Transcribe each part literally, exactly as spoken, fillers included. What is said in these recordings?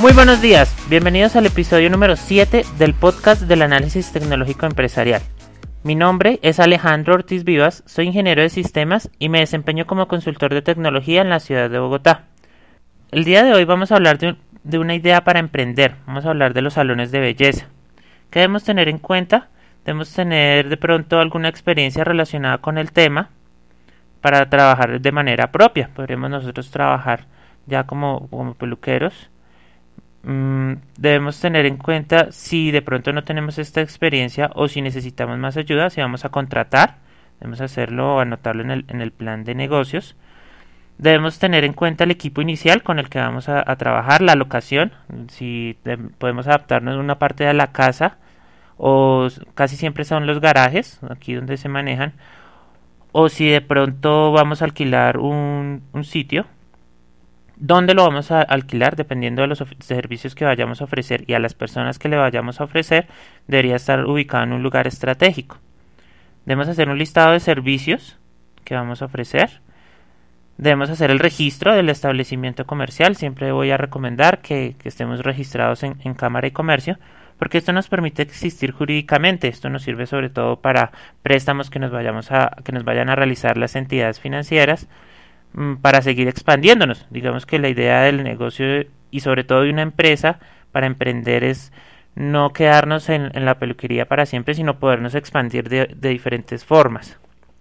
Muy buenos días, bienvenidos al episodio número siete del podcast del análisis tecnológico empresarial. Mi nombre es Alejandro Ortiz Vivas, soy ingeniero de sistemas y me desempeño como consultor de tecnología en la ciudad de Bogotá. El día de hoy vamos a hablar de, un, de una idea para emprender, vamos a hablar de los salones de belleza. ¿Qué debemos tener en cuenta? Debemos tener de pronto alguna experiencia relacionada con el tema para trabajar de manera propia. Podríamos nosotros trabajar ya como, como peluqueros. Mm, debemos tener en cuenta si de pronto no tenemos esta experiencia o si necesitamos más ayuda, si vamos a contratar, debemos hacerlo o anotarlo en el, en el plan de negocios. Debemos tener en cuenta el equipo inicial con el que vamos a, a trabajar, la locación, si de, podemos adaptarnos a una parte de la casa o casi siempre son los garajes, aquí donde se manejan, o si de pronto vamos a alquilar un, un sitio. ¿Dónde lo vamos a alquilar? Dependiendo de los servicios que vayamos a ofrecer y a las personas que le vayamos a ofrecer, debería estar ubicado en un lugar estratégico. Debemos hacer un listado de servicios que vamos a ofrecer. Debemos hacer el registro del establecimiento comercial. Siempre voy a recomendar que, que estemos registrados en, en Cámara y Comercio, porque esto nos permite existir jurídicamente. Esto nos sirve sobre todo para préstamos que nos vayamos a, que nos vayan a realizar las entidades financieras, para seguir expandiéndonos. Digamos que la idea del negocio y sobre todo de una empresa para emprender es no quedarnos en, en la peluquería para siempre, sino podernos expandir de, de diferentes formas.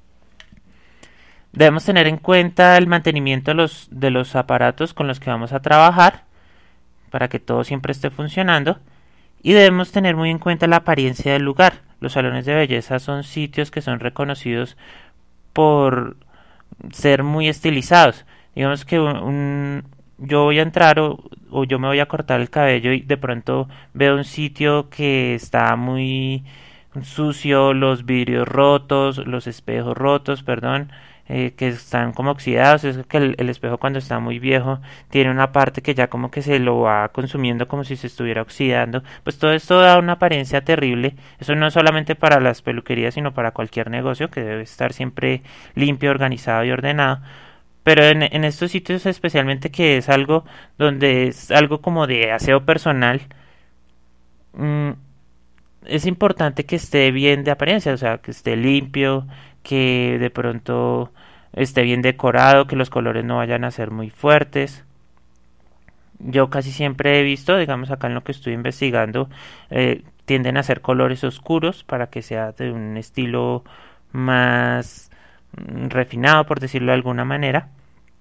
Debemos tener en cuenta el mantenimiento de los, de los aparatos con los que vamos a trabajar para que todo siempre esté funcionando, y debemos tener muy en cuenta la apariencia del lugar. Los salones de belleza son sitios que son reconocidos por ser muy estilizados. Digamos que un, un, yo voy a entrar o, o yo me voy a cortar el cabello y de pronto veo un sitio que está muy sucio, los vidrios rotos, los espejos rotos, perdón, eh, que están como oxidados. Es que el, el espejo, cuando está muy viejo, tiene una parte que ya como que se lo va consumiendo, como si se estuviera oxidando. Pues todo esto da una apariencia terrible. Eso no es solamente para las peluquerías, sino para cualquier negocio, que debe estar siempre limpio, organizado y ordenado. Pero en, en estos sitios especialmente, que es algo donde es algo como de aseo personal, mmm, es importante que esté bien de apariencia, o sea, que esté limpio, que de pronto esté bien decorado, que los colores no vayan a ser muy fuertes. Yo casi siempre he visto, digamos acá en lo que estoy investigando, eh, tienden a ser colores oscuros para que sea de un estilo más mm, refinado, por decirlo de alguna manera.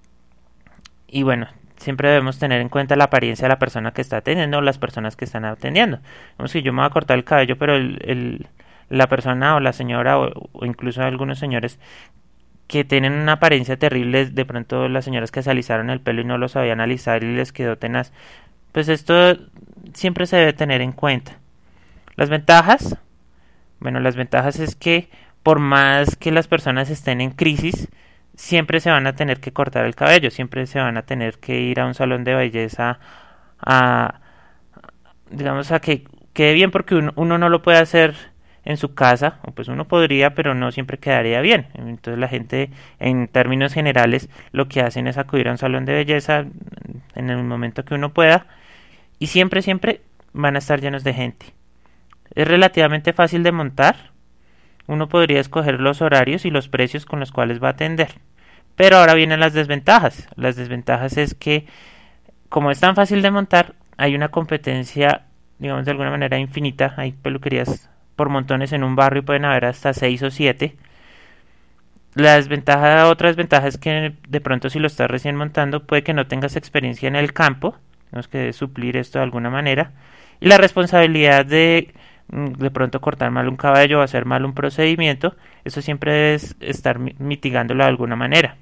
Y bueno, siempre debemos tener en cuenta la apariencia de la persona que está atendiendo o las personas que están atendiendo. Vamos, si yo me voy a cortar el cabello, pero el, el, la persona o la señora o, o incluso algunos señores que tienen una apariencia terrible, de pronto las señoras que se alisaron el pelo y no lo sabían alisar y les quedó tenaz, pues esto siempre se debe tener en cuenta. Las ventajas, bueno, las ventajas es que por más que las personas estén en crisis, siempre se van a tener que cortar el cabello, siempre se van a tener que ir a un salón de belleza a, digamos, a que quede bien, porque uno, uno no lo puede hacer en su casa, o pues uno podría, pero no siempre quedaría bien. Entonces la gente, en términos generales, lo que hacen es acudir a un salón de belleza en el momento que uno pueda, y siempre, siempre van a estar llenos de gente. Es relativamente fácil de montar. Uno podría escoger los horarios y los precios con los cuales va a atender. Pero ahora vienen las desventajas. Las desventajas es que, como es tan fácil de montar, hay una competencia, digamos, de alguna manera infinita. Hay peluquerías por montones en un barrio y pueden haber hasta seis o siete. La desventaja, otra desventaja es que de pronto, si lo estás recién montando, puede que no tengas experiencia en el campo. Tenemos que suplir esto de alguna manera. Y la responsabilidad de de pronto cortar mal un cabello o hacer mal un procedimiento, eso siempre es estar mitigándolo de alguna manera.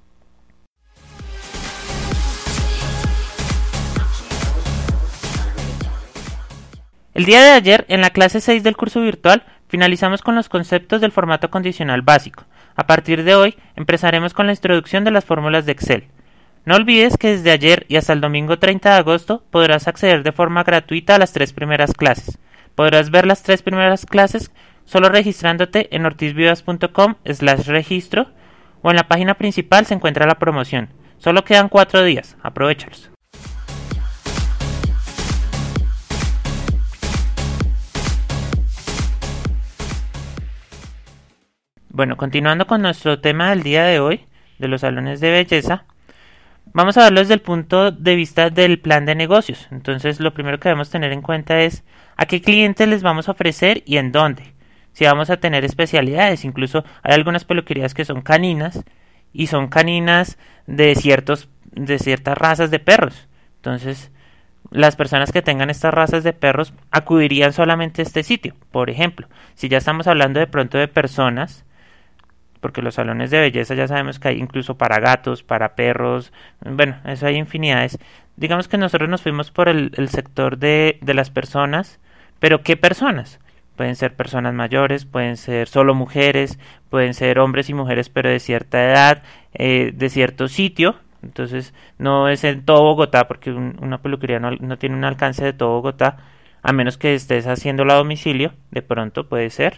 El día de ayer, en la clase seis del curso virtual, finalizamos con los conceptos del formato condicional básico. A partir de hoy, empezaremos con la introducción de las fórmulas de Excel. No olvides que desde ayer y hasta el domingo treinta de agosto podrás acceder de forma gratuita a las tres primeras clases. Podrás ver las tres primeras clases solo registrándote en ortizvivas.com slash registro o en la página principal se encuentra la promoción. Solo quedan cuatro días, aprovéchalos. Bueno, continuando con nuestro tema del día de hoy, de los salones de belleza, vamos a verlo desde el punto de vista del plan de negocios. Entonces, lo primero que debemos tener en cuenta es a qué clientes les vamos a ofrecer y en dónde. Si vamos a tener especialidades, incluso hay algunas peluquerías que son caninas y son caninas de ciertos de ciertas razas de perros. Entonces, las personas que tengan estas razas de perros acudirían solamente a este sitio. Por ejemplo, si ya estamos hablando de pronto de personas, porque los salones de belleza ya sabemos que hay incluso para gatos, para perros, bueno, eso hay infinidades. Digamos que nosotros nos fuimos por el, el sector de, de las personas, pero ¿qué personas? Pueden ser personas mayores, pueden ser solo mujeres, pueden ser hombres y mujeres pero de cierta edad, eh, de cierto sitio. Entonces no es en todo Bogotá, porque un, una peluquería no, no tiene un alcance de todo Bogotá, a menos que estés haciéndolo a domicilio, de pronto puede ser,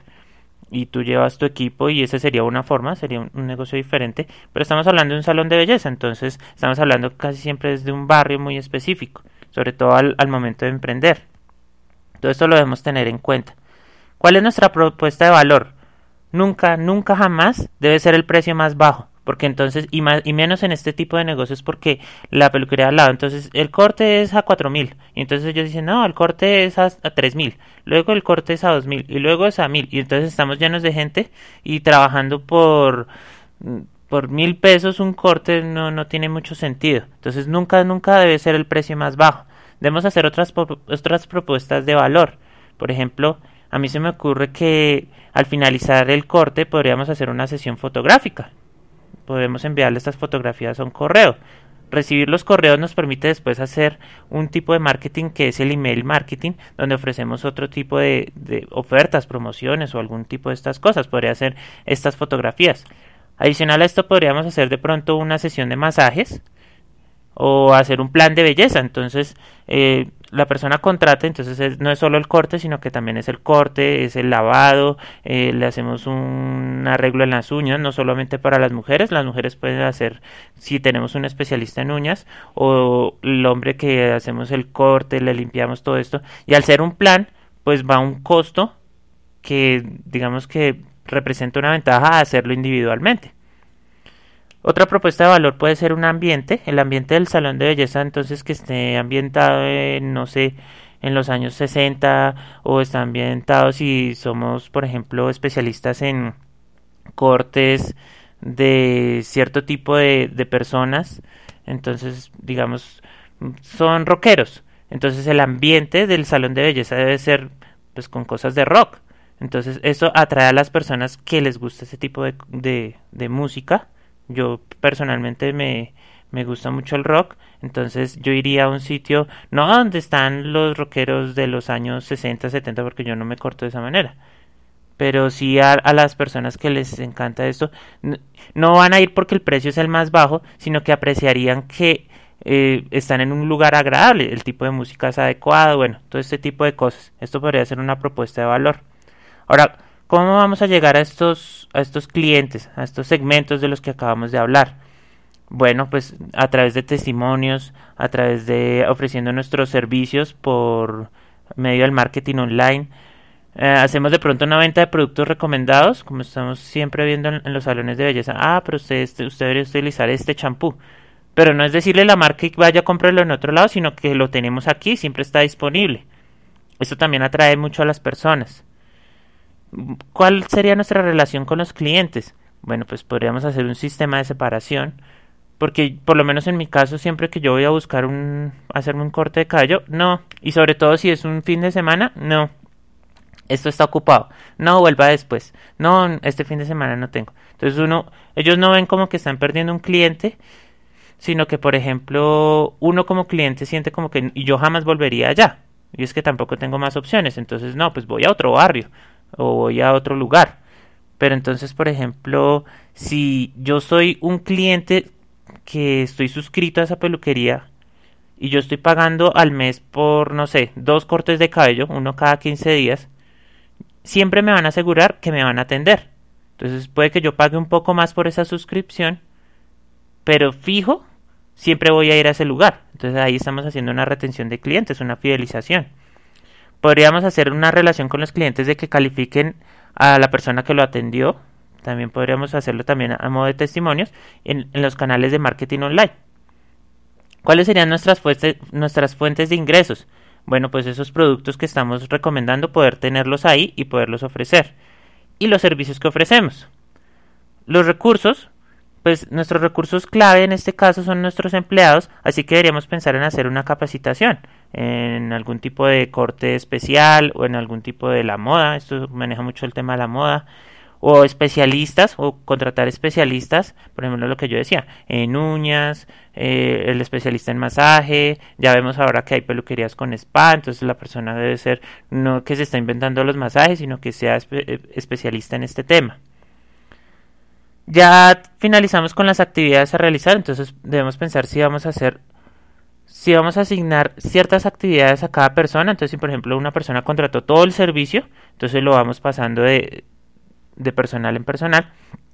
y tú llevas tu equipo y esa sería una forma, sería un, un negocio diferente, pero estamos hablando de un salón de belleza, entonces estamos hablando casi siempre desde un barrio muy específico, sobre todo al, al momento de emprender. Todo esto lo debemos tener en cuenta. ¿Cuál es nuestra propuesta de valor? Nunca, nunca jamás debe ser el precio más bajo, porque entonces, y, más, y menos en este tipo de negocios, porque la peluquería al lado, entonces el corte es a cuatro mil, y entonces ellos dicen, no, el corte es a, a tres mil, luego el corte es a dos mil, y luego es a mil, y entonces estamos llenos de gente, y trabajando por, por mil pesos un corte no, no tiene mucho sentido, entonces nunca, nunca debe ser el precio más bajo, debemos hacer otras, otras propuestas de valor, por ejemplo, a mí se me ocurre que al finalizar el corte podríamos hacer una sesión fotográfica. Podemos enviarle estas fotografías a un correo. Recibir los correos nos permite después hacer un tipo de marketing que es el email marketing, donde ofrecemos otro tipo de, de ofertas, promociones o algún tipo de estas cosas. Podría ser estas fotografías. Adicional a esto podríamos hacer de pronto una sesión de masajes o hacer un plan de belleza. Entonces eh, la persona contrata, entonces es, no es solo el corte, sino que también es el corte, es el lavado, eh, le hacemos un arreglo en las uñas, no solamente para las mujeres, las mujeres pueden hacer si tenemos un especialista en uñas, o el hombre que hacemos el corte, le limpiamos todo esto, y al ser un plan, pues va a un costo que digamos que representa una ventaja a hacerlo individualmente. Otra propuesta de valor puede ser un ambiente, el ambiente del salón de belleza, entonces que esté ambientado en, no sé, en los años sesenta, o está ambientado si somos, por ejemplo, especialistas en cortes de cierto tipo de, de personas, entonces, digamos, son rockeros, entonces el ambiente del salón de belleza debe ser, pues, con cosas de rock, entonces eso atrae a las personas que les gusta ese tipo de, de, de música. Yo personalmente me, me gusta mucho el rock, entonces yo iría a un sitio, no donde están los rockeros de los años sesenta, setenta, porque yo no me corto de esa manera, pero sí a, a las personas que les encanta esto, no, no van a ir porque el precio es el más bajo, sino que apreciarían que eh, están en un lugar agradable, el tipo de música es adecuado, bueno, todo este tipo de cosas. Esto podría ser una propuesta de valor. Ahora, ¿cómo vamos a llegar a estos, a estos clientes, a estos segmentos de los que acabamos de hablar? Bueno, pues a través de testimonios, a través de ofreciendo nuestros servicios por medio del marketing online. Eh, hacemos de pronto una venta de productos recomendados, como estamos siempre viendo en, en los salones de belleza. Ah, pero usted, este, usted debería utilizar este champú. Pero no es decirle a la marca que vaya a comprarlo en otro lado, sino que lo tenemos aquí, siempre está disponible. Esto también atrae mucho a las personas. ¿Cuál sería nuestra relación con los clientes? Bueno, pues podríamos hacer un sistema de separación, porque por lo menos en mi caso, siempre que yo voy a buscar un hacerme un corte de cabello, no, y sobre todo si es un fin de semana, no, esto está ocupado, no, vuelva después, no, este fin de semana no tengo. Entonces uno, ellos no ven como que están perdiendo un cliente, sino que por ejemplo, uno como cliente siente como que y yo jamás volvería allá, y es que tampoco tengo más opciones, entonces no, pues voy a otro barrio o voy a otro lugar. Pero entonces, por ejemplo, si yo soy un cliente que estoy suscrito a esa peluquería y yo estoy pagando al mes por, no sé, dos cortes de cabello, uno cada quince días, siempre me van a asegurar que me van a atender. Entonces puede que yo pague un poco más por esa suscripción, pero fijo, siempre voy a ir a ese lugar. Entonces ahí estamos haciendo una retención de clientes, una fidelización. Podríamos hacer una relación con los clientes de que califiquen a la persona que lo atendió, También podríamos hacerlo también a modo de testimonios en, en los canales de marketing online. ¿Cuáles serían nuestras fuentes, nuestras fuentes de ingresos? Bueno, pues esos productos que estamos recomendando, poder tenerlos ahí y poderlos ofrecer. Y los servicios que ofrecemos. Los recursos, pues nuestros recursos clave en este caso son nuestros empleados, así que deberíamos pensar en hacer una capacitación en algún tipo de corte especial o en algún tipo de la moda. Esto maneja mucho el tema de la moda. O especialistas, o contratar especialistas, por ejemplo lo que yo decía, en uñas, eh, el especialista en masaje. Ya vemos ahora que hay peluquerías con spa, entonces la persona debe ser no que se está inventando los masajes, sino que sea espe especialista en este tema. Ya finalizamos con las actividades a realizar, entonces debemos pensar si vamos a hacer, si vamos a asignar ciertas actividades a cada persona. Entonces si por ejemplo una persona contrató todo el servicio, entonces lo vamos pasando de de personal en personal,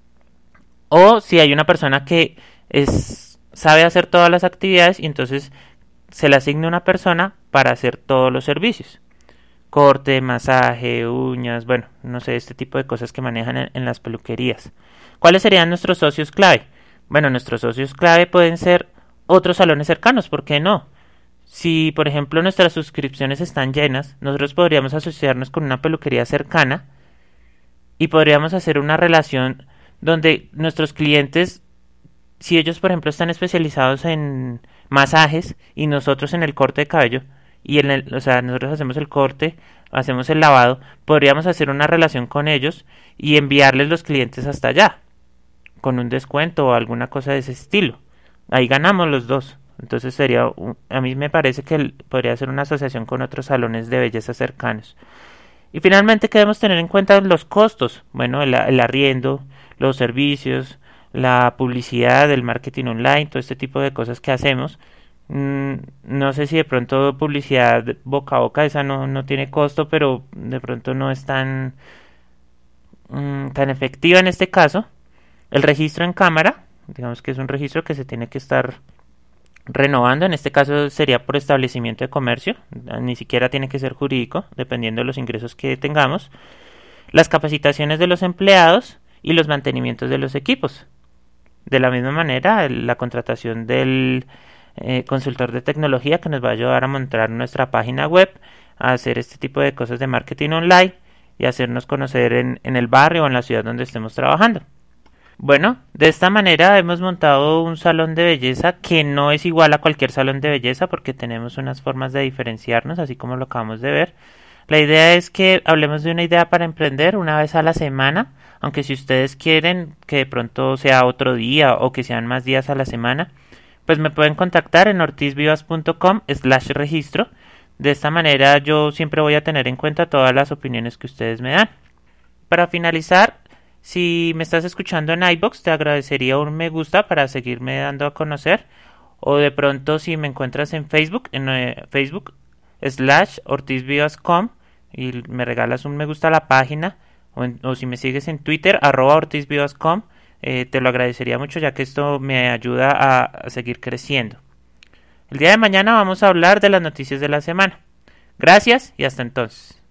o si hay una persona que es sabe hacer todas las actividades y entonces se le asigna una persona para hacer todos los servicios, corte, masaje, uñas, bueno, no sé, este tipo de cosas que manejan en, en las peluquerías. ¿Cuáles serían nuestros socios clave? Bueno, nuestros socios clave pueden ser otros salones cercanos, ¿por qué no? Si por ejemplo nuestras suscripciones están llenas, nosotros podríamos asociarnos con una peluquería cercana y podríamos hacer una relación donde nuestros clientes, si ellos por ejemplo están especializados en masajes y nosotros en el corte de cabello, y en el, o sea, nosotros hacemos el corte, hacemos el lavado, podríamos hacer una relación con ellos y enviarles los clientes hasta allá, con un descuento o alguna cosa de ese estilo. Ahí ganamos los dos. Entonces sería, a mí me parece que podría ser una asociación con otros salones de belleza cercanos. Y finalmente, ¿qué debemos tener en cuenta? Los costos. Bueno, el, el arriendo, los servicios, la publicidad, el marketing online, todo este tipo de cosas que hacemos. Mm, no sé si de pronto publicidad boca a boca, esa no, no tiene costo, pero de pronto no es tan, mm, tan efectiva en este caso. El registro en cámara, digamos que es un registro que se tiene que estar renovando, en este caso sería por establecimiento de comercio, ni siquiera tiene que ser jurídico, dependiendo de los ingresos que tengamos. Las capacitaciones de los empleados y los mantenimientos de los equipos. De la misma manera, la contratación del eh, consultor de tecnología que nos va a ayudar a montar nuestra página web, a hacer este tipo de cosas de marketing online y hacernos conocer en, en el barrio o en la ciudad donde estemos trabajando. Bueno, de esta manera hemos montado un salón de belleza que no es igual a cualquier salón de belleza porque tenemos unas formas de diferenciarnos, así como lo acabamos de ver. La idea es que hablemos de una idea para emprender una vez a la semana, aunque si ustedes quieren que de pronto sea otro día o que sean más días a la semana, pues me pueden contactar en ortizvivas.com slash registro. De esta manera yo siempre voy a tener en cuenta todas las opiniones que ustedes me dan. Para finalizar, si me estás escuchando en iVoox, te agradecería un me gusta para seguirme dando a conocer. O de pronto si me encuentras en Facebook, en eh, Facebook slash ortizvivas.com y me regalas un me gusta a la página. O, en, o si me sigues en Twitter, arroba ortizvivas.com, eh, te lo agradecería mucho ya que esto me ayuda a, a seguir creciendo. El día de mañana vamos a hablar de las noticias de la semana. Gracias y hasta entonces.